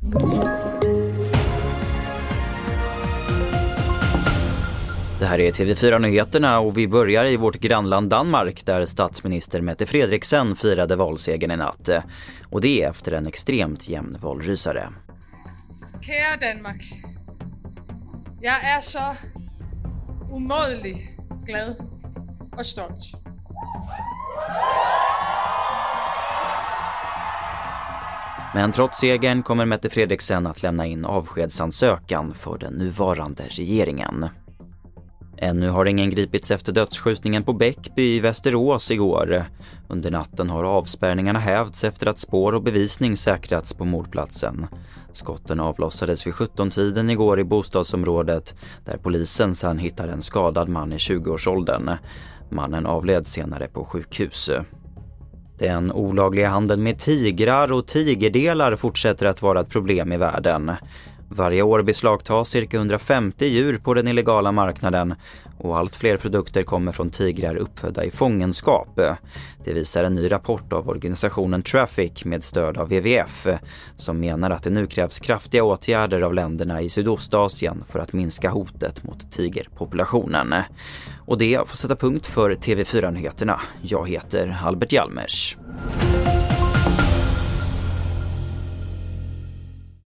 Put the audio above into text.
Det här är TV4-nyheterna och vi börjar i vårt grannland Danmark där statsminister Mette Frederiksen firade valsegern i natt. Och det är efter en extremt jämn valrysare. Kära Danmark, jag är så umådelig glad och stolt. Men trots segern kommer Mette Frederiksen att lämna in avskedsansökan för den nuvarande regeringen. Ännu har ingen gripits efter dödsskjutningen på Bäckby i Västerås igår. Under natten har avspärrningarna hävts efter att spår och bevisning säkrats på mordplatsen. Skotten avlossades vid 17-tiden igår i bostadsområdet där polisen sedan hittar en skadad man i 20-årsåldern. Mannen avled senare på sjukhus. Den olagliga handeln med tigrar och tigerdelar fortsätter att vara ett problem i världen. Varje år beslagtas cirka 150 djur på den illegala marknaden och allt fler produkter kommer från tigrar uppfödda i fångenskap. Det visar en ny rapport av organisationen Traffic med stöd av WWF som menar att det nu krävs kraftiga åtgärder av länderna i Sydostasien för att minska hotet mot tigerpopulationen. Och det får sätta punkt för TV4-nyheterna. Jag heter Albert Hjalmers.